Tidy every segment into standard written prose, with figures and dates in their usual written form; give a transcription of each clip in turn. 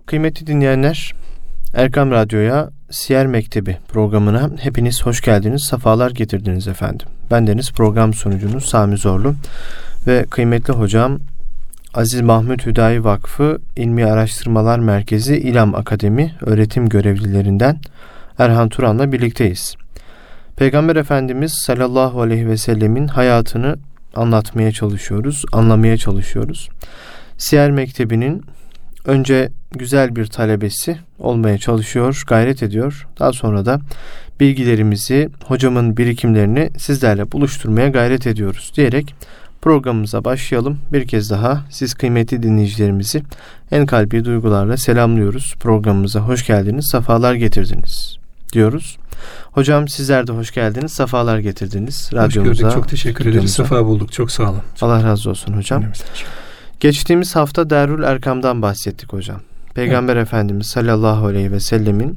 Kıymetli dinleyenler, Erkam Radyo'ya Siyer Mektebi programına hepiniz hoş geldiniz, sefalar getirdiniz efendim. Bendeniz program sunucunuz Sami Zorlu ve kıymetli hocam Aziz Mahmut Hüdayi Vakfı İlmi Araştırmalar Merkezi İlam Akademi öğretim görevlilerinden Erhan Turan'la birlikteyiz. Peygamber Efendimiz sallallahu aleyhi ve sellemin hayatını anlatmaya çalışıyoruz, anlamaya çalışıyoruz. Siyer Mektebi'nin önce güzel bir talebesi olmaya çalışıyor, gayret ediyor. Daha sonra da bilgilerimizi, hocamın birikimlerini sizlerle buluşturmaya gayret ediyoruz diyerek programımıza başlayalım. Bir kez daha siz kıymetli dinleyicilerimizi en kalbi duygularla selamlıyoruz. Programımıza hoş geldiniz, sefalar getirdiniz diyoruz. Hocam sizler de hoş geldiniz, sefalar getirdiniz radyomuza. Hoş gördük, çok teşekkür ederiz. Sefa bulduk, çok sağ olun. Allah razı olsun hocam. Geçtiğimiz hafta Darül Erkam'dan bahsettik hocam. Peygamber Efendimiz sallallahu aleyhi ve sellemin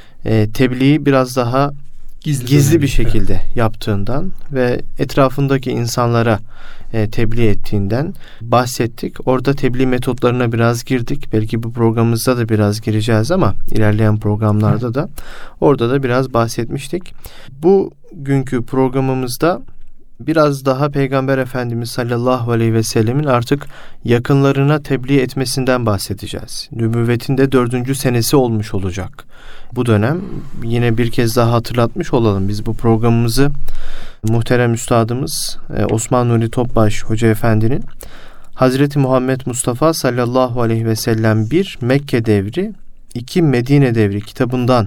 tebliği biraz daha gizli bir şekilde yaptığından ve etrafındaki insanlara tebliğ ettiğinden bahsettik. Orada tebliğ metotlarına biraz girdik. Belki bu programımızda da biraz gireceğiz ama ilerleyen programlarda da orada da biraz bahsetmiştik. Bugünkü programımızda biraz daha Peygamber Efendimiz sallallahu aleyhi ve sellemin artık yakınlarına tebliğ etmesinden bahsedeceğiz. Nübüvvetin de 4. senesi olmuş olacak bu dönem. Yine bir kez daha hatırlatmış olalım. Biz bu programımızı muhterem üstadımız Osman Nuri Topbaş Hoca Efendi'nin Hazreti Muhammed Mustafa sallallahu aleyhi ve sellem 1 Mekke devri 2 Medine devri kitabından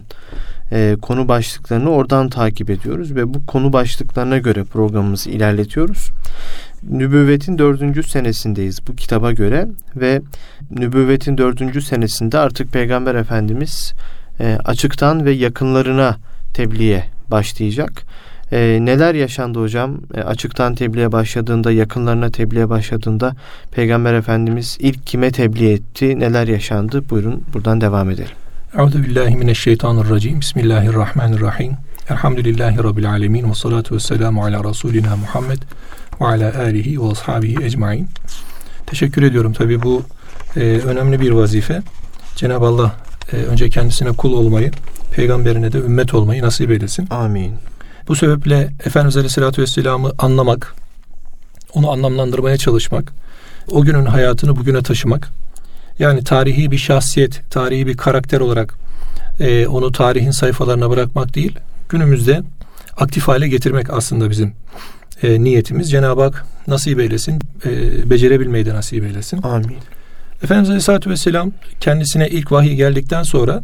konu başlıklarını oradan takip ediyoruz ve bu konu başlıklarına göre programımızı ilerletiyoruz. Nübüvvetin 4. senesindeyiz bu kitaba göre ve nübüvvetin 4. senesinde artık Peygamber Efendimiz açıktan ve yakınlarına tebliğe başlayacak. Neler yaşandı hocam? Açıktan tebliğe başladığında, yakınlarına tebliğe başladığında Peygamber Efendimiz ilk kime tebliğ etti? Neler yaşandı? Buyurun buradan devam edelim. Euzubillahimineşşeytanirracim. Bismillahirrahmanirrahim. Elhamdülillahi Rabbil alemin. Ve salatu ve selamu ala Resulina Muhammed ve ala alihi ve ashabihi ecmain. Teşekkür ediyorum. Tabii bu önemli bir vazife. Cenab-ı Allah önce kendisine kul olmayı, peygamberine de ümmet olmayı nasip eylesin. Amin. Bu sebeple Efendimiz Aleyhisselatü Vesselam'ı anlamak, onu anlamlandırmaya çalışmak, o günün hayatını bugüne taşımak, yani tarihi bir şahsiyet, tarihi bir karakter olarak onu tarihin sayfalarına bırakmak değil, günümüzde aktif hale getirmek aslında bizim niyetimiz. Cenab-ı Hak nasip eylesin, becerebilmeyi de nasip eylesin. Amin. Efendimiz Aleyhisselatü Vesselam kendisine ilk vahiy geldikten sonra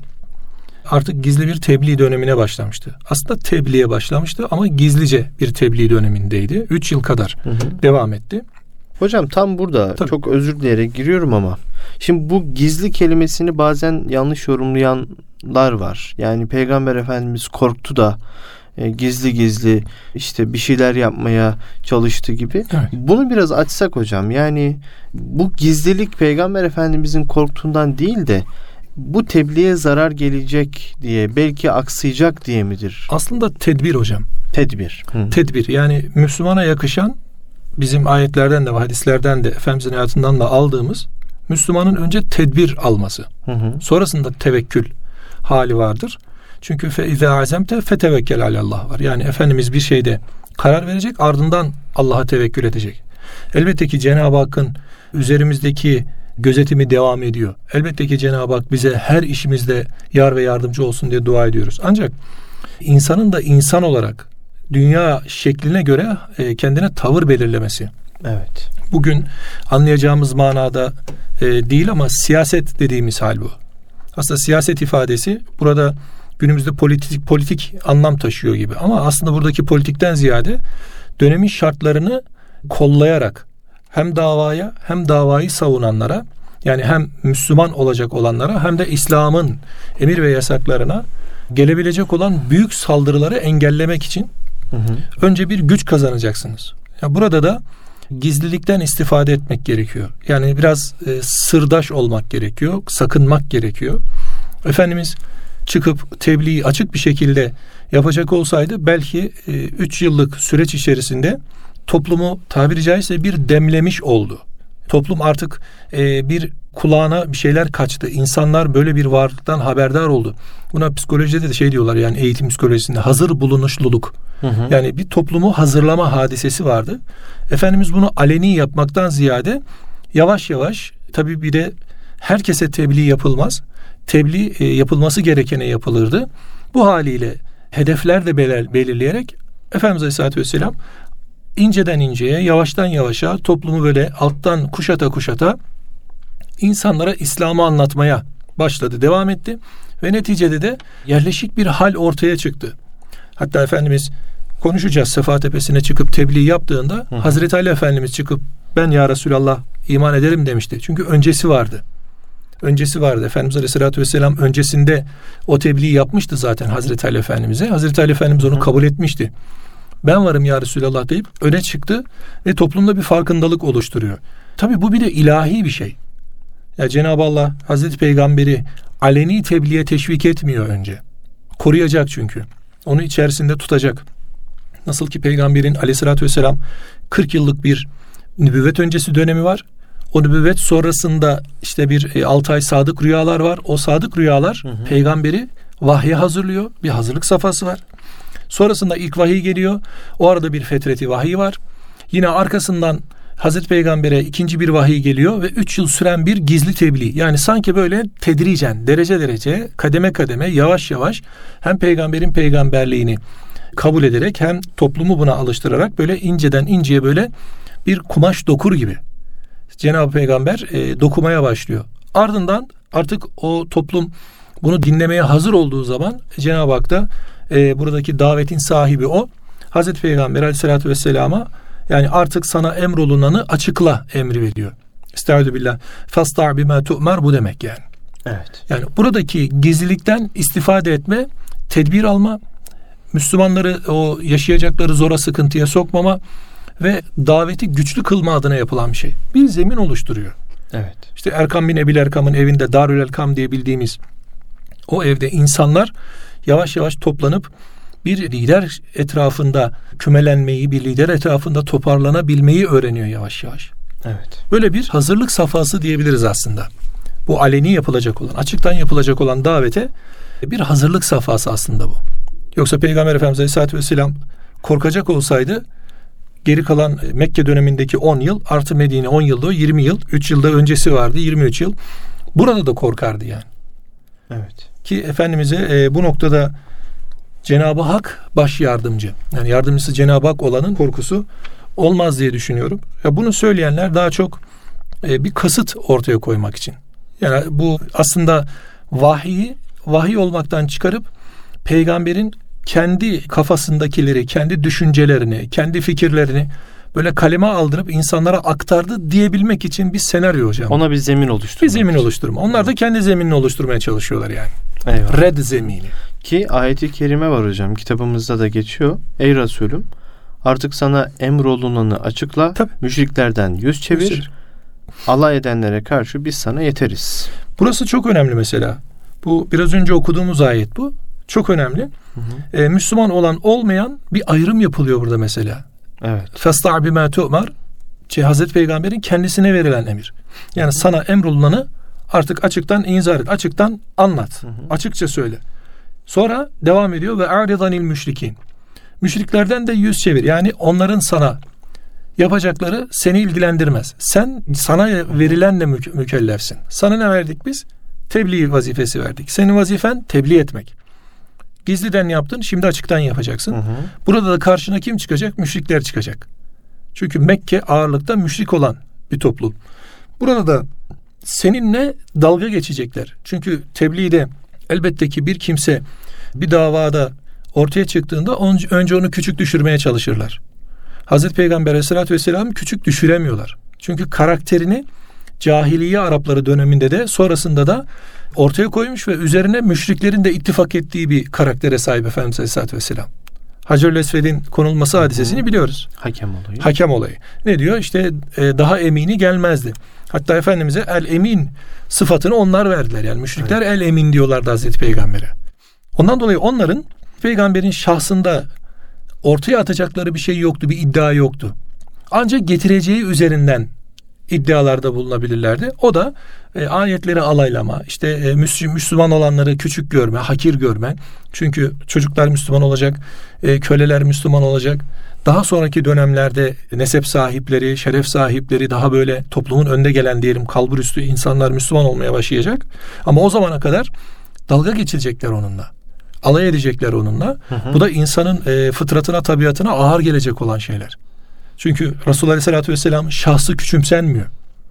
artık gizli bir tebliğ dönemine başlamıştı. Aslında tebliğe başlamıştı ama gizlice bir tebliğ dönemindeydi. 3 yıl kadar devam etti. Hocam tam burada çok özür dileyerek giriyorum ama şimdi bu gizli kelimesini bazen yanlış yorumlayanlar var. Yani Peygamber Efendimiz korktu da gizli işte bir şeyler yapmaya çalıştı gibi. Evet. Bunu biraz açsak hocam. Yani bu gizlilik Peygamber Efendimizin korktuğundan değil de bu tebliğe zarar gelecek diye, belki aksayacak diye midir? Aslında tedbir hocam. Tedbir. Tedbir. Yani Müslümana yakışan, bizim ayetlerden de hadislerden de Efendimizin hayatından da aldığımız, Müslümanın önce tedbir alması. Sonrasında tevekkül hali vardır. Çünkü فَاِذَا عَزَمْتَ فَتَوَكَّلْ عَلَى اللّٰهِ var. Yani Efendimiz bir şeyde karar verecek, ardından Allah'a tevekkül edecek. Elbette ki Cenab-ı Hakk'ın üzerimizdeki gözetimi devam ediyor. Elbette ki Cenab-ı Hak bize her işimizde yar ve yardımcı olsun diye dua ediyoruz. Ancak insanın da insan olarak dünya şekline göre kendine tavır belirlemesi. Evet. Bugün anlayacağımız manada değil ama siyaset dediğimiz hal bu. Aslında siyaset ifadesi burada günümüzde politik anlam taşıyor gibi. Ama aslında buradaki politikten ziyade dönemin şartlarını kollayarak hem davaya hem davayı savunanlara, yani hem Müslüman olacak olanlara hem de İslam'ın emir ve yasaklarına gelebilecek olan büyük saldırıları engellemek için önce bir güç kazanacaksınız. Ya burada da gizlilikten istifade etmek gerekiyor. Yani biraz sırdaş olmak gerekiyor, sakınmak gerekiyor. Efendimiz çıkıp tebliği açık bir şekilde yapacak olsaydı belki 3 yıllık süreç içerisinde toplumu tabiri caizse bir demlemiş oldu. Toplum artık bir kulağına bir şeyler kaçtı. İnsanlar böyle bir varlıktan haberdar oldu. Buna psikolojide de şey diyorlar, yani eğitim psikolojisinde hazır bulunuşluluk. Yani bir toplumu hazırlama hadisesi vardı. Efendimiz bunu aleni yapmaktan ziyade yavaş yavaş, tabii bir de herkese tebliğ yapılmaz. Tebliğ yapılması gerekene yapılırdı. Bu haliyle hedefler de belirleyerek Efendimiz Aleyhisselatü Vesselam inceden inceye, yavaştan yavaşa toplumu böyle alttan kuşata insanlara İslam'ı anlatmaya başladı, devam etti ve neticede de yerleşik bir hal ortaya çıktı. Hatta Efendimiz, konuşacağız, Sefa Tepesi'ne çıkıp tebliğ yaptığında Hazreti Ali Efendimiz çıkıp ben ya Resulallah iman ederim demişti. Çünkü öncesi vardı. Efendimiz Aleyhisselatü Vesselam öncesinde o tebliği yapmıştı zaten Hazreti Ali Efendimiz'e. Hazreti Ali Efendimiz onu kabul etmişti. Ben varım ya Resulallah deyip öne çıktı ve toplumda bir farkındalık oluşturuyor. Tabii bu bir de ilahi bir şey. Ya Cenab-ı Allah Hazreti Peygamberi aleni tebliğe teşvik etmiyor önce. Koruyacak çünkü. Onu içerisinde tutacak. Nasıl ki Peygamberin Aleyhisselatü Vesselam 40 yıllık bir nübüvvet öncesi dönemi var. O nübüvvet sonrasında işte bir 6 ay sadık rüyalar var. O sadık rüyalar Peygamberi vahye hazırlıyor. Bir hazırlık safhası var. Sonrasında ilk vahiy geliyor. O arada bir fetreti vahiy var. Yine arkasından Hazreti Peygamber'e ikinci bir vahiy geliyor ve 3 yıl süren bir gizli tebliğ. Yani sanki böyle tedricen, derece, kademe yavaş yavaş hem Peygamber'in peygamberliğini kabul ederek hem toplumu buna alıştırarak böyle inceden inceye böyle bir kumaş dokur gibi Cenab-ı Peygamber dokumaya başlıyor. Ardından artık o toplum bunu dinlemeye hazır olduğu zaman Cenab-ı Hak da buradaki davetin sahibi o. Hazreti Peygamber Aleyhisselatü Vesselam'a yani artık sana emrolunanı açıkla emri veriyor. Estaizu billah. Fastâ bimâ tu'mer, bu demek yani. Evet. Yani buradaki gizlilikten istifade etme, tedbir alma, Müslümanları o yaşayacakları zora, sıkıntıya sokmama ve daveti güçlü kılma adına yapılan bir şey. Bir zemin oluşturuyor. Evet. İşte Erkam bin Ebil Erkam'ın evinde, Darül Erkam diye bildiğimiz o evde insanlar yavaş yavaş toplanıp bir lider etrafında kümelenmeyi, bir lider etrafında toparlanabilmeyi öğreniyor yavaş yavaş. Evet. Böyle bir hazırlık safhası diyebiliriz aslında. Bu aleni yapılacak olan, açıktan yapılacak olan davete bir hazırlık safhası aslında bu. Yoksa Peygamber Efendimiz Aleyhisselatü Vesselam korkacak olsaydı geri kalan Mekke dönemindeki 10 yıl artı Medine 10 yılda o 20 yıl, 3 yılda öncesi vardı 23 yıl. Burada da korkardı yani. Evet. Ki Efendimiz'e bu noktada Cenab-ı Hak baş yardımcı. Yani yardımcısı Cenab-ı Hak olanın korkusu olmaz diye düşünüyorum. Ya bunu söyleyenler daha çok bir kasıt ortaya koymak için. Yani bu aslında vahiy olmaktan çıkarıp peygamberin kendi kafasındakileri, kendi düşüncelerini, kendi fikirlerini böyle kaleme aldırıp insanlara aktardı diyebilmek için bir senaryo hocam. Ona bir zemin oluşturma. Bir zemin oluşturma. Onlar da kendi zeminini oluşturmaya çalışıyorlar yani. Eyvallah. Red zemini. Ki ayet-i kerime var hocam. Kitabımızda da geçiyor. Ey Resulüm, artık sana emrolunanı açıkla. Tabii. Müşriklerden yüz çevir. Alay edenlere karşı biz sana yeteriz. Burası çok önemli mesela. Bu biraz önce okuduğumuz ayet bu. Çok önemli. Müslüman olan olmayan bir ayrım yapılıyor burada mesela. Evet. Fastâ bimâ tu'mer, Hazreti Peygamber'in kendisine verilen emir. Yani sana emrolunanı artık açıktan inzar et, açıktan anlat. Açıkça söyle. Sonra devam ediyor ve a'ridanil müşrikin. Müşriklerden de yüz çevir. Yani onların sana yapacakları seni ilgilendirmez. Sana verilenle mükellefsin. Sana ne verdik biz? Tebliğ vazifesi verdik. Senin vazifen tebliğ etmek. Gizliden yaptın, şimdi açıktan yapacaksın. Burada da karşına kim çıkacak? Müşrikler çıkacak. Çünkü Mekke ağırlıkta müşrik olan bir toplum. Burada da seninle dalga geçecekler. Çünkü tebliğde elbette ki bir kimse bir davada ortaya çıktığında önce onu küçük düşürmeye çalışırlar. Hazreti Peygamber Aleyhisselatü Vesselam küçük düşüremiyorlar. Çünkü karakterini cahiliye Arapları döneminde de sonrasında da ortaya koymuş ve üzerine müşriklerin de ittifak ettiği bir karaktere sahip Efendimiz Aleyhisselatü Vesselam. Hacer-ül Esved'in konulması hadisesini biliyoruz. Hakem olayı. Ne diyor? İşte daha emini gelmezdi. Hatta Efendimiz'e el-emin sıfatını onlar verdiler. Yani müşrikler el-emin diyorlardı Hazreti Peygamber'e. Ondan dolayı onların Peygamber'in şahsında ortaya atacakları bir şey yoktu, bir iddia yoktu. Ancak getireceği üzerinden iddialarda bulunabilirlerdi. O da ayetleri alaylama, işte Müslüman olanları küçük görme, hakir görme. Çünkü çocuklar Müslüman olacak, köleler Müslüman olacak. Daha sonraki dönemlerde nesep sahipleri, şeref sahipleri, daha böyle toplumun önde gelen diyelim kalburüstü insanlar Müslüman olmaya başlayacak. Ama o zamana kadar dalga geçilecekler onunla. Alay edecekler onunla. Bu da insanın fıtratına, tabiatına ağır gelecek olan şeyler. Çünkü Resulullah Aleyhisselatü Vesselam şahsı küçümsenmiyor.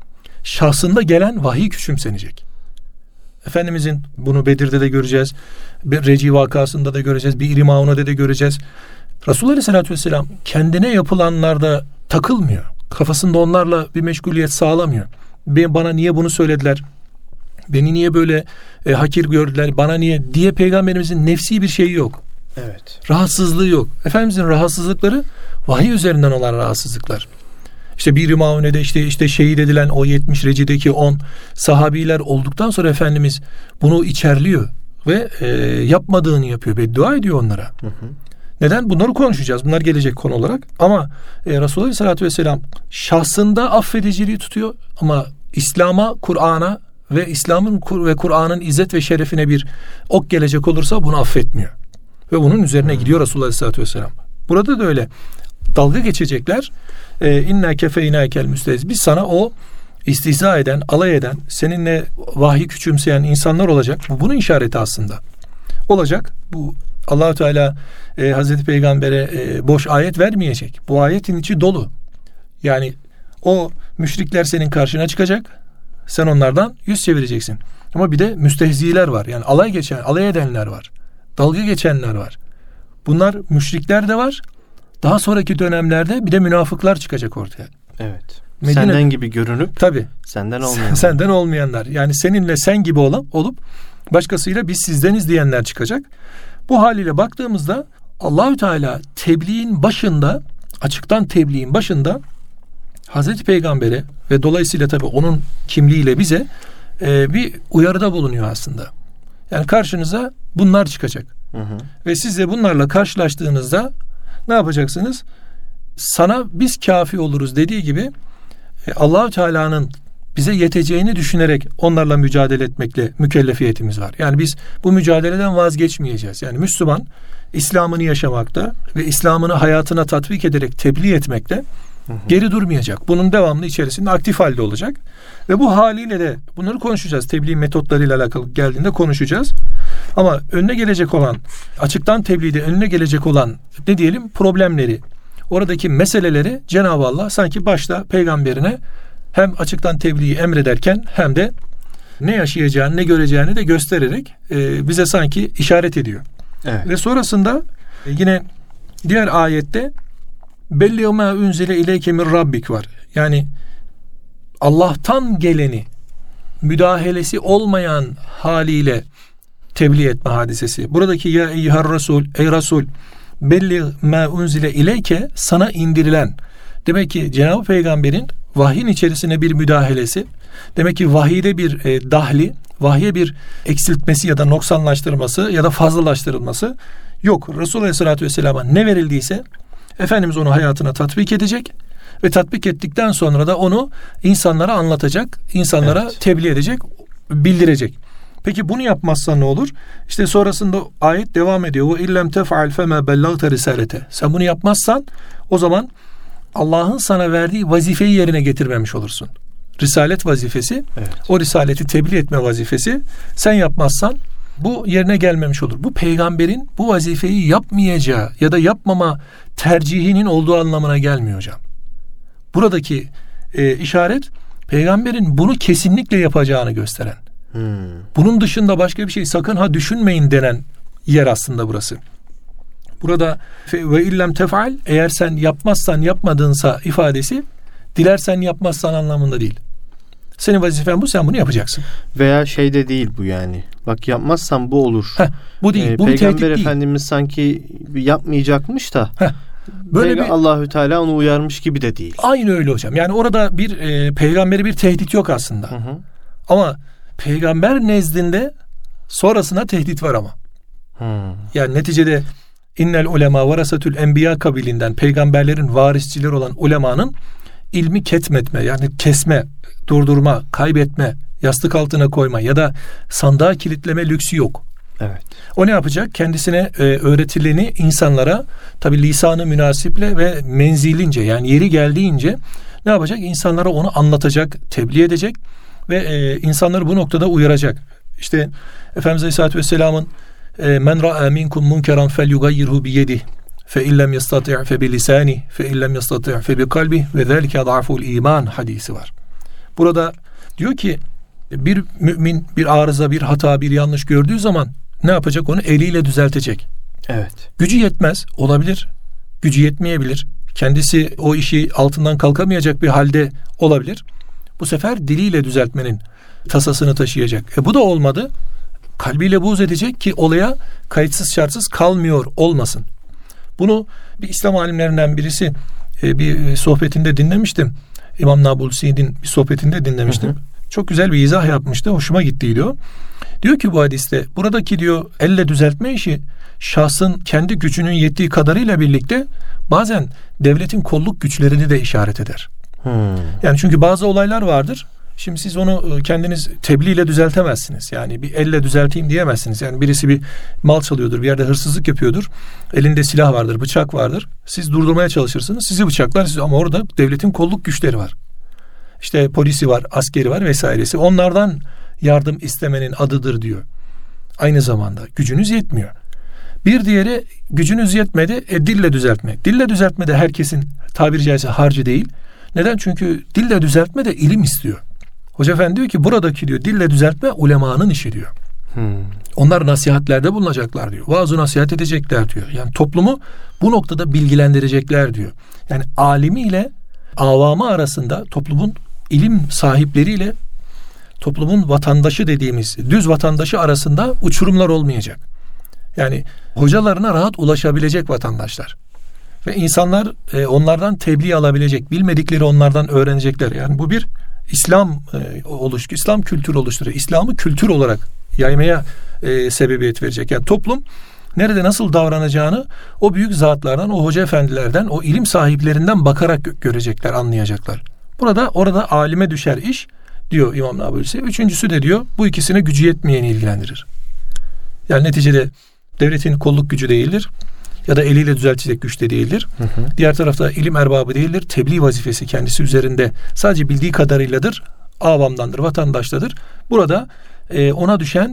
Şahsında gelen vahiy küçümsenecek. Efendimizin bunu Bedir'de de göreceğiz. Bir Reci vakasında da göreceğiz. Bir İri Mauna'da da göreceğiz. Resulullah Aleyhisselatü Vesselam kendine yapılanlarda takılmıyor. Kafasında onlarla bir meşguliyet sağlamıyor. Bana niye bunu söylediler? Beni niye böyle hakir gördüler? Bana niye diye Peygamberimizin nefsi bir şeyi yok. Evet. Rahatsızlığı yok. Efendimizin rahatsızlıkları vahiy üzerinden olan rahatsızlıklar. İşte bir Maune'de işte şehit edilen o 70 Reci'deki 10 sahabiler olduktan sonra Efendimiz bunu içerliyor ve yapmadığını yapıyor. Beddua ediyor onlara. Hı hı. Neden? Bunları konuşacağız. Bunlar gelecek konu olarak. Ama Resulullah Aleyhisselatü Vesselam şahsında affediciliği tutuyor ama İslam'a, Kur'an'a ve İslam'ın ve Kur'an'ın izzet ve şerefine bir ok gelecek olursa bunu affetmiyor. Ve bunun üzerine gidiyor Resulullah Aleyhisselatü Vesselam. Burada da öyle. Dalga geçecekler. İnna kefeynâkel müstehzi. Biz sana o istihza eden, alay eden, seninle vahyi küçümseyen insanlar olacak. Bu bunun işareti aslında. Olacak. Bu Allah-u Teala Hazreti Peygamber'e boş ayet vermeyecek. Bu ayetin içi dolu. Yani o müşrikler senin karşına çıkacak. Sen onlardan yüz çevireceksin. Ama bir de müstehziler var. Yani alay edenler var. Dalga geçenler var. Bunlar müşrikler de var. Daha sonraki dönemlerde bir de münafıklar çıkacak ortaya. Evet. Senden gibi görünüp tabii senden olmayanlar. Yani seninle sen gibi olup başkasıyla biz sizdeniz diyenler çıkacak. Bu haliyle baktığımızda Allahü Teala açıktan tebliğin başında Hazreti Peygamber'e ve dolayısıyla tabii onun kimliğiyle bize bir uyarıda bulunuyor aslında. Yani karşınıza bunlar çıkacak. Hı hı. Ve siz de bunlarla karşılaştığınızda ne yapacaksınız? Sana biz kafi oluruz dediği gibi Allah-u Teala'nın bize yeteceğini düşünerek onlarla mücadele etmekle mükellefiyetimiz var. Yani biz bu mücadeleden vazgeçmeyeceğiz. Yani Müslüman İslam'ını yaşamakta ve İslam'ını hayatına tatbik ederek tebliğ etmekte geri durmayacak. Bunun devamlı içerisinde aktif halde olacak. Ve bu haliyle de bunları konuşacağız. Tebliğ metotlarıyla alakalı geldiğinde konuşacağız. Ama önüne gelecek olan, açıktan tebliğde önüne gelecek olan ne diyelim problemleri, oradaki meseleleri Cenab-ı Allah sanki başta peygamberine hem açıktan tebliği emrederken hem de ne yaşayacağını, ne göreceğini de göstererek bize sanki işaret ediyor. Evet. Ve sonrasında yine diğer ayette belli ma unzile ileyke min rabbik var. Yani Allah'tan geleni müdahalesi olmayan haliyle tebliğ etme hadisesi. Buradaki ya eyyuhar Resul, ey Resul belli ma unzile ileyke sana indirilen. Demek ki Cenab-ı Peygamber'in vahyin içerisine bir müdahalesi, demek ki vahide bir dahli, vahye bir eksiltmesi ya da noksanlaştırması ya da fazlalaştırılması yok. Resulullah Aleyhisselatü Vesselam'a ne verildiyse Efendimiz onu hayatına tatbik edecek ve tatbik ettikten sonra da onu insanlara anlatacak, insanlara tebliğ edecek, bildirecek. Peki bunu yapmazsa ne olur? İşte sonrasında ayet devam ediyor. Ve illem tef'al fema bellagte risalete. Sen bunu yapmazsan o zaman Allah'ın sana verdiği vazifeyi yerine getirmemiş olursun. Risalet vazifesi, o risaleti tebliğ etme vazifesi sen yapmazsan bu yerine gelmemiş olur. Bu peygamberin bu vazifeyi yapmayacağı ya da yapmama tercihinin olduğu anlamına gelmiyor hocam. Buradaki işaret peygamberin bunu kesinlikle yapacağını gösteren. Bunun dışında başka bir şey sakın ha düşünmeyin denen yer aslında burası. Burada ve illem tef'al eğer sen yapmazsan yapmadığınsa ifadesi dilersen yapmazsan anlamında değil. Senin vazifen bu, sen bunu yapacaksın. Veya şey de değil bu yani. Bak yapmazsan bu olur. Bu değil. Bu Peygamber Efendimiz sanki yapmayacakmış da böyle bir Allahü Teala onu uyarmış gibi de değil. Aynı öyle hocam. Yani orada bir peygamberi bir tehdit yok aslında. Hı. Ama peygamber nezdinde sonrasına tehdit var ama. Yani neticede innel ulema varasatul enbiya kabilinden peygamberlerin varisçileri olan ulemanın ilmi ketmetme, yani kesme, durdurma, kaybetme, yastık altına koyma ya da sandığa kilitleme lüksü yok. Evet. O ne yapacak? Kendisine öğretileni insanlara tabi lisanı münasiple ve menzilince, yani yeri geldiğince ne yapacak? İnsanlara onu anlatacak, tebliğ edecek ve insanları bu noktada uyaracak. İşte Efendimiz Aleyhisselatü Vesselam'ın men ra'a minkum munkeran felyughayyirhu biyedihi fe illem yastati' fe bilisani fe illem yastati' fe bikalbi ve zelike ad'aful iman hadisi var. Burada diyor ki bir mümin bir arıza, bir hata, bir yanlış gördüğü zaman ne yapacak? Onu eliyle düzeltecek. Evet. Gücü yetmez, olabilir. Gücü yetmeyebilir. Kendisi o işi altından kalkamayacak bir halde olabilir. Bu sefer diliyle düzeltmenin tasasını taşıyacak. Bu da olmadı. Kalbiyle buğz edecek ki olaya kayıtsız şartsız kalmıyor olmasın. Bunu bir İslam alimlerinden birisi bir sohbetinde dinlemiştim. İmam Nabulsi'nin bir sohbetinde dinlemiştim. Çok güzel bir izah yapmıştı. Hoşuma gitti diyor. Diyor ki bu hadiste buradaki diyor elle düzeltme işi şahsın kendi gücünün yettiği kadarıyla birlikte bazen devletin kolluk güçlerini de işaret eder. Yani çünkü bazı olaylar vardır. Şimdi siz onu kendiniz tebliğle düzeltemezsiniz. Yani bir elle düzelteyim diyemezsiniz. Yani birisi bir mal çalıyordur, bir yerde hırsızlık yapıyordur. Elinde silah vardır, bıçak vardır. Siz durdurmaya çalışırsınız. Sizi bıçaklar ama orada devletin kolluk güçleri var. İşte polisi var, askeri var vesairesi. Onlardan yardım istemenin adıdır diyor. Aynı zamanda gücünüz yetmiyor. Bir diğeri gücünüz yetmedi, dille düzeltme. Dille düzeltme de herkesin tabiri caizse harcı değil. Neden? Çünkü dille düzeltme de ilim istiyor. Hoca Efendi diyor ki buradaki diyor dille düzeltme ulemanın işi diyor. Onlar nasihatlerde bulunacaklar diyor. Vaaz-ı nasihat edecekler diyor. Yani toplumu bu noktada bilgilendirecekler diyor. Yani alimiyle avamı arasında, toplumun ilim sahipleriyle toplumun vatandaşı dediğimiz düz vatandaşı arasında uçurumlar olmayacak. Yani hocalarına rahat ulaşabilecek vatandaşlar. Ve insanlar onlardan tebliğ alabilecek, bilmedikleri onlardan öğrenecekler. Yani bu bir İslam İslam kültürü oluşturuyor. İslam'ı kültür olarak yaymaya sebebiyet verecek. Yani toplum nerede nasıl davranacağını o büyük zatlardan, o hoca efendilerden, o ilim sahiplerinden bakarak görecekler, anlayacaklar. Orada alime düşer iş diyor İmam Nabulsi. Üçüncüsü de diyor bu ikisine gücü yetmeyeni ilgilendirir. Yani neticede devletin kolluk gücü değildir ya da eliyle düzeltecek güçte değildir. Diğer tarafta ilim erbabı değildir. Tebliğ vazifesi kendisi üzerinde sadece bildiği kadarıyladır. Avamdandır, vatandaştadır. Burada ona düşen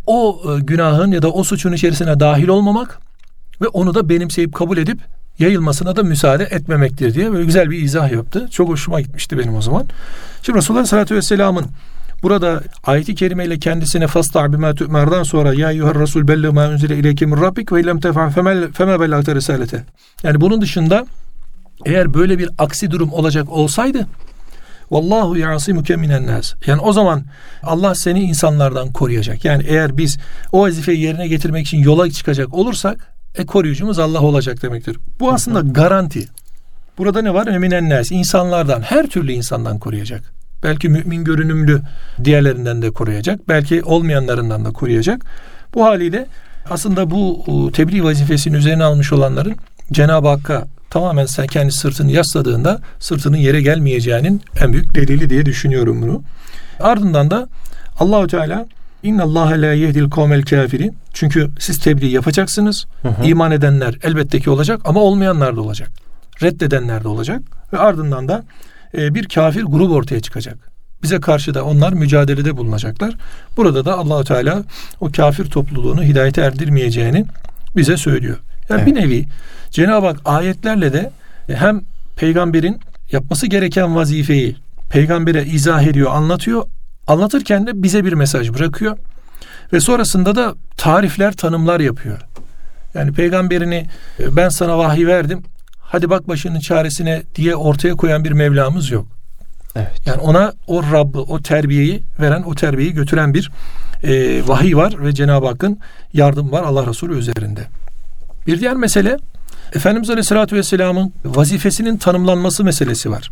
o günahın ya da o suçun içerisine dahil olmamak ve onu da benimseyip kabul edip yayılmasına da müsaade etmemektir diye böyle güzel bir izah yaptı. Çok hoşuma gitmişti benim o zaman. Şimdi Resulullah sallallahu aleyhi ve sellem'in burada ayet-i kerimeyle kendisine fasta'u bima tu'mer'dan sonra ya eyyuhar rasul belli ma unzile ileyke min rabbik ve illem tef'al fema bellagte risalete. Yani bunun dışında eğer böyle bir aksi durum olacak olsaydı vallahu ya'simuke minen nas. Yani o zaman Allah seni insanlardan koruyacak. Yani eğer biz o vazifeyi yerine getirmek için yola çıkacak olursak koruyucumuz Allah olacak demektir. Bu aslında garanti. Burada ne var? Minen nas, insanlardan, her türlü insandan koruyacak. Belki mümin görünümlü diğerlerinden de koruyacak. Belki olmayanlarından da koruyacak. Bu haliyle aslında bu tebliğ vazifesini üzerine almış olanların Cenab-ı Hakk'a tamamen sen kendi sırtını yasladığında sırtının yere gelmeyeceğinin en büyük delili diye düşünüyorum bunu. Ardından da Allahu Teala İnnallâhe lâ yehdil kavmel kâfirin. Çünkü siz tebliğ yapacaksınız. İman edenler elbette ki olacak ama olmayanlar da olacak. Reddedenler de olacak. Ve ardından da bir kafir grup ortaya çıkacak. Bize karşı da onlar mücadelede bulunacaklar. Burada da Allahu Teala o kafir topluluğunu hidayete erdirmeyeceğini bize söylüyor. Yani bir nevi Cenab-ı Hak ayetlerle de hem peygamberin yapması gereken vazifeyi peygambere izah ediyor, anlatıyor. Anlatırken de bize bir mesaj bırakıyor. Ve sonrasında da tarifler, tanımlar yapıyor. Yani peygamberini ben sana vahiy verdim, hadi bak başının çaresine diye ortaya koyan bir Mevlamız yok. Evet. Yani ona o Rabb'ı, o terbiyeyi veren, o terbiyeyi götüren bir vahiy var ve Cenab-ı Hakk'ın yardımı var Allah Resulü üzerinde. Bir diğer mesele Efendimiz Aleyhisselatü Vesselam'ın vazifesinin tanımlanması meselesi var.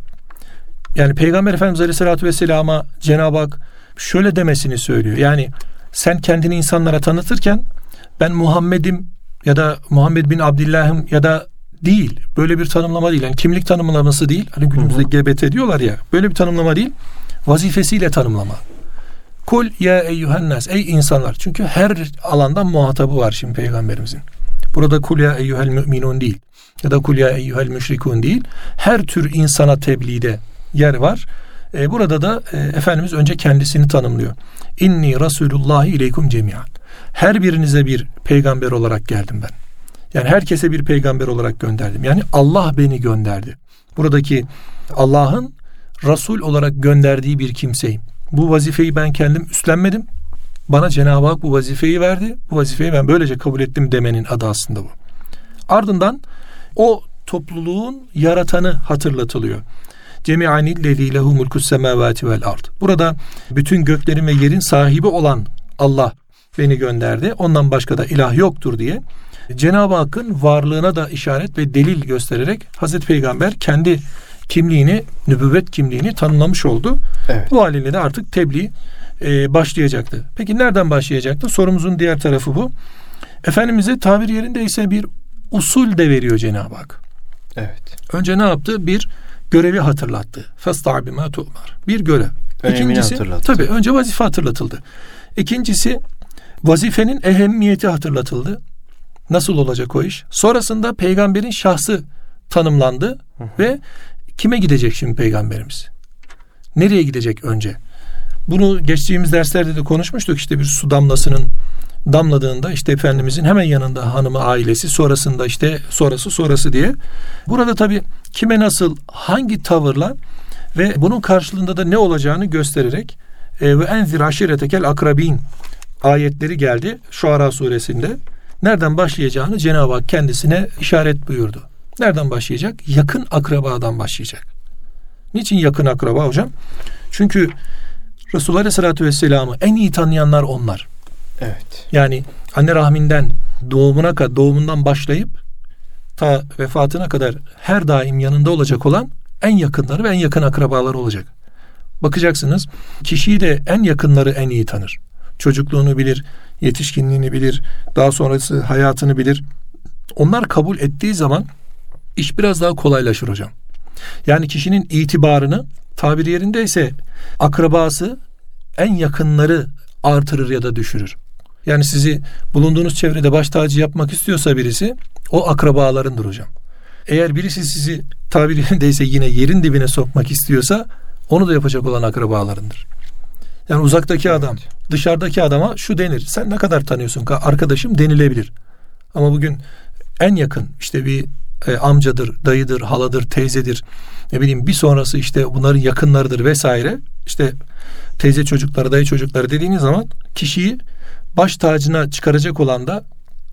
Yani Peygamber Efendimiz Aleyhisselatü Vesselam'a Cenab-ı Hak şöyle demesini söylüyor. Yani sen kendini insanlara tanıtırken ben Muhammed'im ya da Muhammed bin Abdillah'ım ya da değil. Böyle bir tanımlama değil. Yani kimlik tanımlaması değil. Hani günümüzde GBT diyorlar ya. Böyle bir tanımlama değil. Vazifesiyle tanımlama. Kul ya eyyuhennas, ey insanlar. Çünkü her alandan muhatabı var şimdi Peygamberimizin. Burada kul ya eyyuhel müminun değil. Ya da kul ya eyyuhel müşrikun değil. Her tür insana tebliğde yer var. Burada da Efendimiz önce kendisini tanımlıyor. İnni Rasulullahi ileykum cemiyan. Her birinize bir peygamber olarak geldim ben. Yani herkese bir peygamber olarak gönderdim. Yani Allah beni gönderdi. Buradaki Allah'ın Resul olarak gönderdiği bir kimseyim. Bu vazifeyi ben kendim üstlenmedim. Bana Cenab-ı Hak bu vazifeyi verdi. Bu vazifeyi ben böylece kabul ettim demenin adı aslında bu. Ardından o topluluğun yaratanı hatırlatılıyor. Cemi'anillezî lehu mulkus semâvâti vel ard. Burada bütün göklerin ve yerin sahibi olan Allah beni gönderdi. Ondan başka da ilah yoktur diye Cenab-ı Hakk'ın varlığına da işaret ve delil göstererek Hazreti Peygamber kendi kimliğini, nübüvvet kimliğini tanımlamış oldu. Evet. Bu haliyle de artık tebliğ başlayacaktı. Peki nereden başlayacaktı? Sorumuzun diğer tarafı bu. Efendimiz'e tabir yerindeyse bir usul de veriyor Cenab-ı Hak. Evet. Önce ne yaptı? Bir görevi hatırlattı. Fasta'bi ma tu'mar. Bir görev. İkincisi, tabii önce vazife hatırlatıldı. İkincisi, vazifenin ehemmiyeti hatırlatıldı. Nasıl olacak o iş? Sonrasında peygamberin şahsı tanımlandı ve kime gidecek şimdi peygamberimiz? Nereye gidecek önce? Bunu geçtiğimiz derslerde de konuşmuştuk. İşte bir su damlasının damladığında işte Efendimizin hemen yanında hanımı, ailesi, sonrasında işte sonrası diye. Burada tabii kime nasıl, hangi tavırla ve bunun karşılığında da ne olacağını göstererek ve enzir aşiretekel akrabin ayetleri geldi Şuara suresinde. Nereden başlayacağını Cenab-ı Hak kendisine işaret buyurdu. Nereden başlayacak? Yakın akrabadan başlayacak. Niçin yakın akraba hocam? Çünkü Resulullah Aleyhisselatü Vesselam'ı en iyi tanıyanlar onlar. Evet. Yani anne rahminden doğumundan başlayıp ta vefatına kadar her daim yanında olacak olan en yakınları ve en yakın akrabaları olacak. Bakacaksınız, kişiyi de en yakınları en iyi tanır. Çocukluğunu bilir, yetişkinliğini bilir, daha sonrası hayatını bilir. Onlar kabul ettiği zaman iş biraz daha kolaylaşır hocam. Yani kişinin itibarını, tabiri yerindeyse akrabası, en yakınları artırır ya da düşürür. Yani sizi bulunduğunuz çevrede baş tacı yapmak istiyorsa birisi, o akrabalarındır hocam. Eğer birisi sizi tabiri yerindeyse yine yerin dibine sokmak istiyorsa, onu da yapacak olan akrabalarındır. Yani uzaktaki adam, dışarıdaki adama şu denir: sen ne kadar tanıyorsun arkadaşım denilebilir. Ama bugün en yakın işte bir amcadır, dayıdır, haladır, teyzedir, ne bileyim bir sonrası işte bunların yakınlarıdır vesaire. İşte teyze çocukları, dayı çocukları dediğiniz zaman kişiyi baş tacına çıkaracak olan da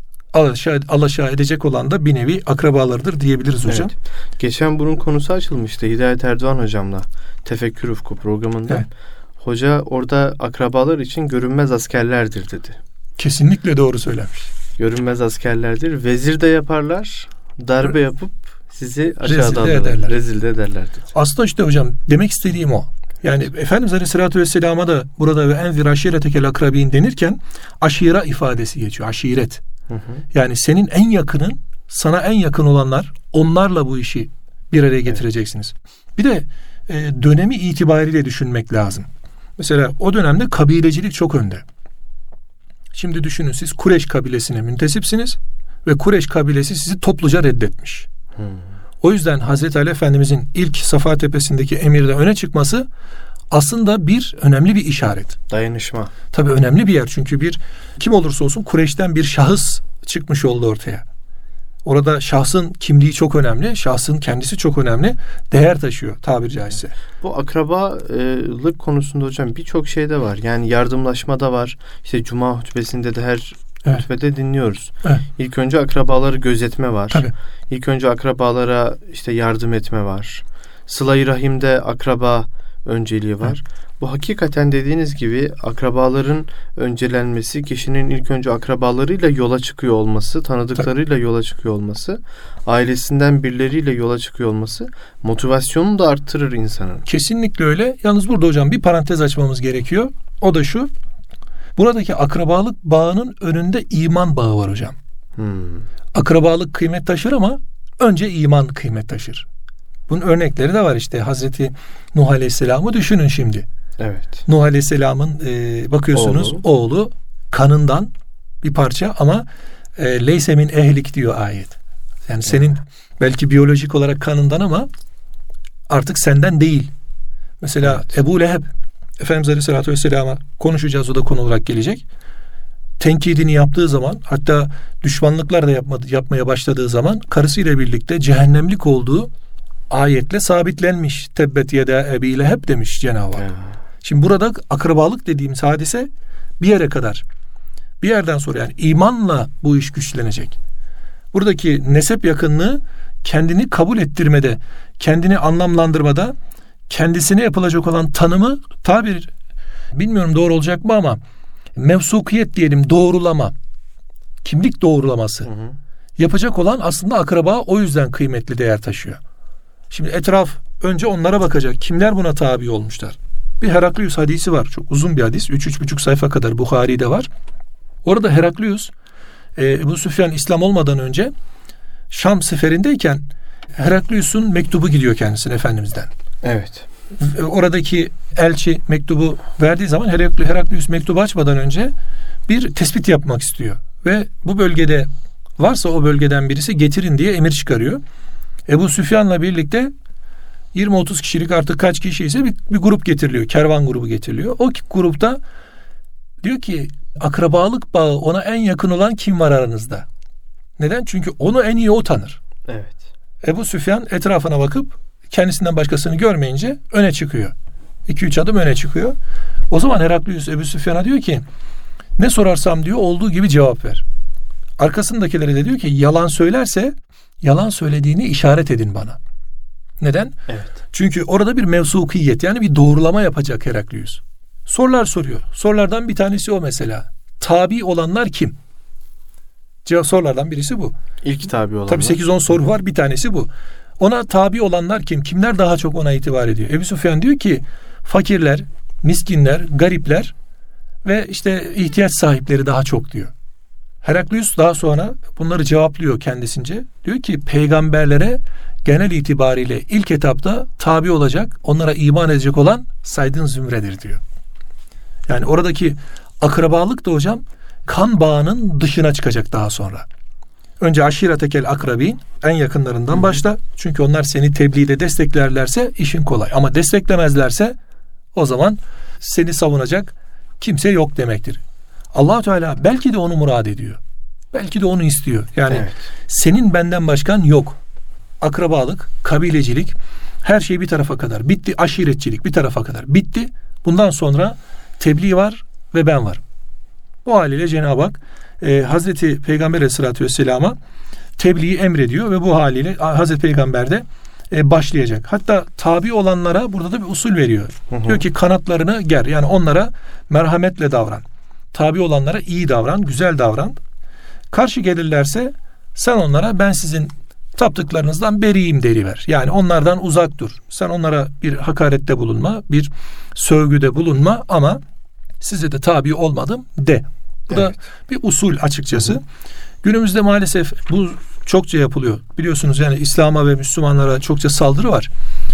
alaşağı edecek olan da bir nevi akrabalarıdır diyebiliriz hocam. Evet. Geçen bunun konusu açılmıştı Hidayet Erdoğan hocamla Tefekkür Ufku programında. Evet. Hoca orada akrabalar için görünmez askerlerdir dedi. Kesinlikle doğru söylemiş. Görünmez askerlerdir. Vezir de yaparlar. Darbe yapıp sizi aşağıda alırlar. Rezil de ederler dedi. Aslında işte hocam demek istediğim o. Yani Efendimiz Aleyhisselatü Vesselam'a da burada ve enzir aşiretekel akrabin denirken aşira ifadesi geçiyor. Aşiret. Yani senin en yakının, sana en yakın olanlar, onlarla bu işi bir araya getireceksiniz. Bir de dönemi itibariyle düşünmek lazım. Mesela o dönemde kabilecilik çok önde. Şimdi düşünün, siz Kureyş kabilesine müntesipsiniz ve Kureyş kabilesi sizi topluca reddetmiş. O yüzden Hazreti Ali Efendimizin ilk Safa Tepesi'ndeki emirde öne çıkması aslında önemli bir işaret. Dayanışma. Tabii önemli bir yer, çünkü kim olursa olsun Kureyş'ten bir şahıs çıkmış oldu ortaya. Orada şahsın kimliği çok önemli, şahsın kendisi çok önemli, değer taşıyor tabiri caizse. Bu akrabalık konusunda hocam birçok şeyde var. Yani yardımlaşma da var. İşte Cuma hutbesinde de her hutbede dinliyoruz. Evet. İlk önce akrabaları gözetme var. Tabii. İlk önce akrabalara işte yardım etme var. Sıla-i Rahim'de akraba önceliği var. Evet. Bu hakikaten dediğiniz gibi akrabaların öncelenmesi, kişinin ilk önce akrabalarıyla yola çıkıyor olması, tanıdıklarıyla yola çıkıyor olması, ailesinden birileriyle yola çıkıyor olması motivasyonunu da arttırır insanın. Kesinlikle öyle. Yalnız burada hocam bir parantez açmamız gerekiyor. O da şu: buradaki akrabalık bağının önünde iman bağı var hocam. Akrabalık kıymet taşır ama önce iman kıymet taşır. Bunun örnekleri de var işte. Hazreti Nuh Aleyhisselam'ı düşünün şimdi. Evet. Nuh Aleyhisselam'ın bakıyorsunuz oğlu kanından bir parça ama leyse min ehlik diyor ayet. Yani senin belki biyolojik olarak kanından ama artık senden değil. Mesela evet. Ebu Leheb, Efendimiz Aleyhisselatü Vesselam'a konuşacağız, o da konu olarak gelecek. Tenkidini yaptığı zaman, hatta düşmanlıklar da yapmaya başladığı zaman karısıyla birlikte cehennemlik olduğu ayetle sabitlenmiş. Tebbet yede Ebi Leheb demiş Cenab-ı Hak. Şimdi burada akrabalık dediğimiz hadise bir yere kadar. Bir yerden sonra yani imanla bu iş güçlenecek. Buradaki nesep yakınlığı kendini kabul ettirmede, kendini anlamlandırmada, kendisine yapılacak olan tanımı tabir, bilmiyorum doğru olacak mı ama mevsukiyet diyelim, doğrulama, kimlik doğrulaması yapacak olan aslında akraba, o yüzden kıymetli değer taşıyor. Şimdi etraf önce onlara bakacak. Kimler buna tabi olmuşlar? Bir Heraklius hadisi var. Çok uzun bir hadis. 3-3,5 sayfa kadar Buhari'de var. Orada Heraklius Ebu Süfyan İslam olmadan önce Şam seferindeyken Heraklius'un mektubu gidiyor kendisine Efendimiz'den. Evet. Oradaki elçi mektubu verdiği zaman Heraklius mektubu açmadan önce bir tespit yapmak istiyor. Ve bu bölgede varsa o bölgeden birisi getirin diye emir çıkarıyor. Ebu Süfyan'la birlikte 20-30 kişilik, artık kaç kişi ise bir grup getiriliyor. Kervan grubu getiriliyor. O grupta diyor ki akrabalık bağı ona en yakın olan kim var aranızda? Neden? Çünkü onu en iyi o tanır. Evet. Ebu Süfyan etrafına bakıp kendisinden başkasını görmeyince öne çıkıyor. 2-3 adım öne çıkıyor. O zaman Heraklius Ebu Süfyan'a diyor ki ne sorarsam diyor olduğu gibi cevap ver. Arkasındakilere de diyor ki yalan söylerse yalan söylediğini işaret edin bana. Neden? Evet. Çünkü orada bir mevsukiyet, yani bir doğrulama yapacak Heraklius. Sorular soruyor. Sorulardan bir tanesi o mesela. Tabi olanlar kim? Sorulardan birisi bu. İlk tabi olanlar. Tabii 8-10 soru var, bir tanesi bu. Ona tabi olanlar kim? Kimler daha çok ona itibar ediyor? Ebu Süfyan diyor ki fakirler, miskinler, garipler ve işte ihtiyaç sahipleri daha çok diyor. Heraklius daha sonra bunları cevaplıyor kendisince. Diyor ki peygamberlere genel itibariyle ilk etapta tabi olacak, onlara iman edecek olan saydığın zümredir diyor. Yani oradaki akrabalık da hocam kan bağının dışına çıkacak daha sonra. Önce aşiretekel akrabin, en yakınlarından başla. Çünkü onlar seni tebliğde desteklerlerse işin kolay. Ama desteklemezlerse o zaman seni savunacak kimse yok demektir. Allah-u Teala belki de onu murad ediyor. Belki de onu istiyor. Yani evet. Senin benden başkan yok. Akrabalık, kabilecilik, her şey bir tarafa kadar bitti. Aşiretçilik bir tarafa kadar bitti. Bundan sonra tebliğ var ve ben varım. Bu haliyle Cenab-ı Hak Hazreti Peygamber Aleyhisselatü Vesselam'a tebliği emrediyor ve bu haliyle Hazreti Peygamber de başlayacak. Hatta tabi olanlara burada da bir usul veriyor. Diyor ki kanatlarını ger. Yani onlara merhametle davran. Tabi olanlara iyi davran, güzel davran. Karşı gelirlerse sen onlara ben sizin taptıklarınızdan beriyim deriver. Yani onlardan uzak dur. Sen onlara bir hakarette bulunma, bir sövgüde bulunma ama size de tabi olmadım de. Bu da bir usul açıkçası. Günümüzde maalesef bu çokça yapılıyor. Biliyorsunuz yani İslam'a ve Müslümanlara çokça saldırı var.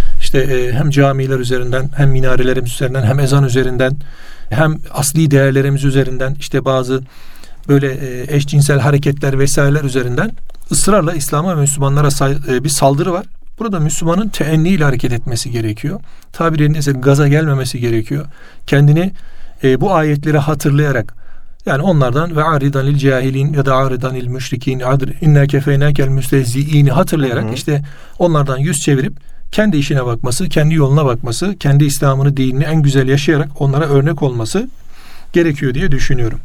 İşte hem camiler üzerinden, hem minarelerimiz üzerinden, hem ezan üzerinden, hem asli değerlerimiz üzerinden, işte bazı böyle eşcinsel hareketler vesaireler üzerinden ısrarla İslam'a ve Müslümanlara bir saldırı var. Burada Müslümanın teenniyle hareket etmesi gerekiyor. Tabiri yerindeyse gaza gelmemesi gerekiyor. Kendini bu ayetleri hatırlayarak, yani onlardan ve aridanil cahilin ya da aridanil müşrikin inna kefeynakel müstehzi'ini hatırlayarak işte onlardan yüz çevirip kendi işine bakması, kendi yoluna bakması, kendi İslam'ını, dinini en güzel yaşayarak onlara örnek olması gerekiyor diye düşünüyorum.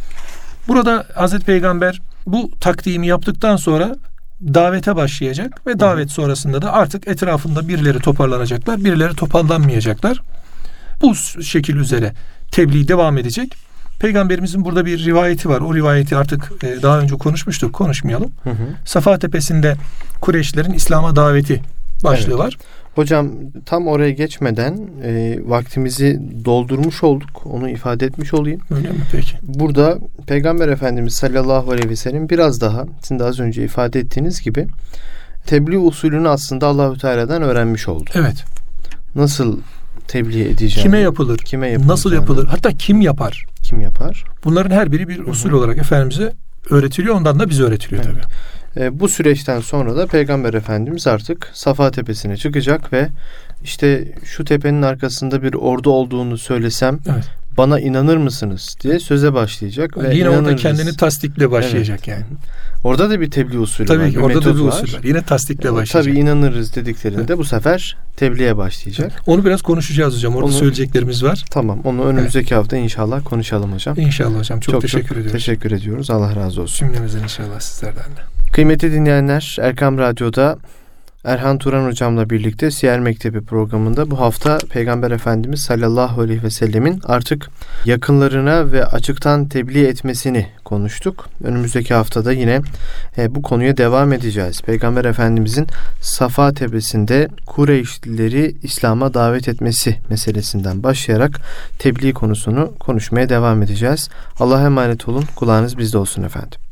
Burada Hazreti Peygamber bu takdimi yaptıktan sonra davete başlayacak ve davet sonrasında da artık etrafında birileri toparlanacaklar, birileri toparlanmayacaklar. Bu şekil üzere tebliğ devam edecek. Peygamberimizin burada bir rivayeti var. O rivayeti artık daha önce konuşmuştuk. Konuşmayalım. Safa Tepesi'nde Kureyşlerin İslam'a daveti başlığı var. Hocam tam oraya geçmeden vaktimizi doldurmuş olduk. Onu ifade etmiş olayım. Öyle mi peki? Burada Peygamber Efendimiz sallallahu aleyhi ve sellem biraz daha sizin de az önce ifade ettiğiniz gibi tebliğ usulünü aslında Allahu Teala'dan öğrenmiş oldu. Evet. Nasıl tebliğ edeceğini, kime yapılır, nasıl yapılır, hatta kim yapar? Kim yapar? Bunların her biri bir usul olarak Efendimiz'e öğretiliyor, ondan da bize öğretiliyor tabii. Bu süreçten sonra da Peygamber Efendimiz artık Safa Tepesi'ne çıkacak ve işte şu tepenin arkasında bir ordu olduğunu söylesem bana inanır mısınız diye söze başlayacak. Ve yine orada kendini tasdikle başlayacak yani. Orada da bir tebliğ usulü tabii var. Tabii ki orada da bir usul var. Yine tasdikle başlayacak. Tabii inanırız dediklerinde bu sefer tebliğe başlayacak. Onu biraz konuşacağız hocam. Orada söyleyeceklerimiz var. Tamam. Onu önümüzdeki hafta inşallah konuşalım hocam. İnşallah hocam. Çok teşekkür ediyoruz. Teşekkür ediyoruz. Allah razı olsun. Cümlemizden inşallah sizlerden de. Kıymetli dinleyenler, Erkam Radyo'da Erhan Turan hocamla birlikte Siyer Mektebi programında bu hafta Peygamber Efendimiz sallallahu aleyhi ve sellemin artık yakınlarına ve açıktan tebliğ etmesini konuştuk. Önümüzdeki haftada yine bu konuya devam edeceğiz. Peygamber Efendimizin Safa Tepesi'nde Kureyşlileri İslam'a davet etmesi meselesinden başlayarak tebliğ konusunu konuşmaya devam edeceğiz. Allah'a emanet olun. Kulağınız bizde olsun efendim.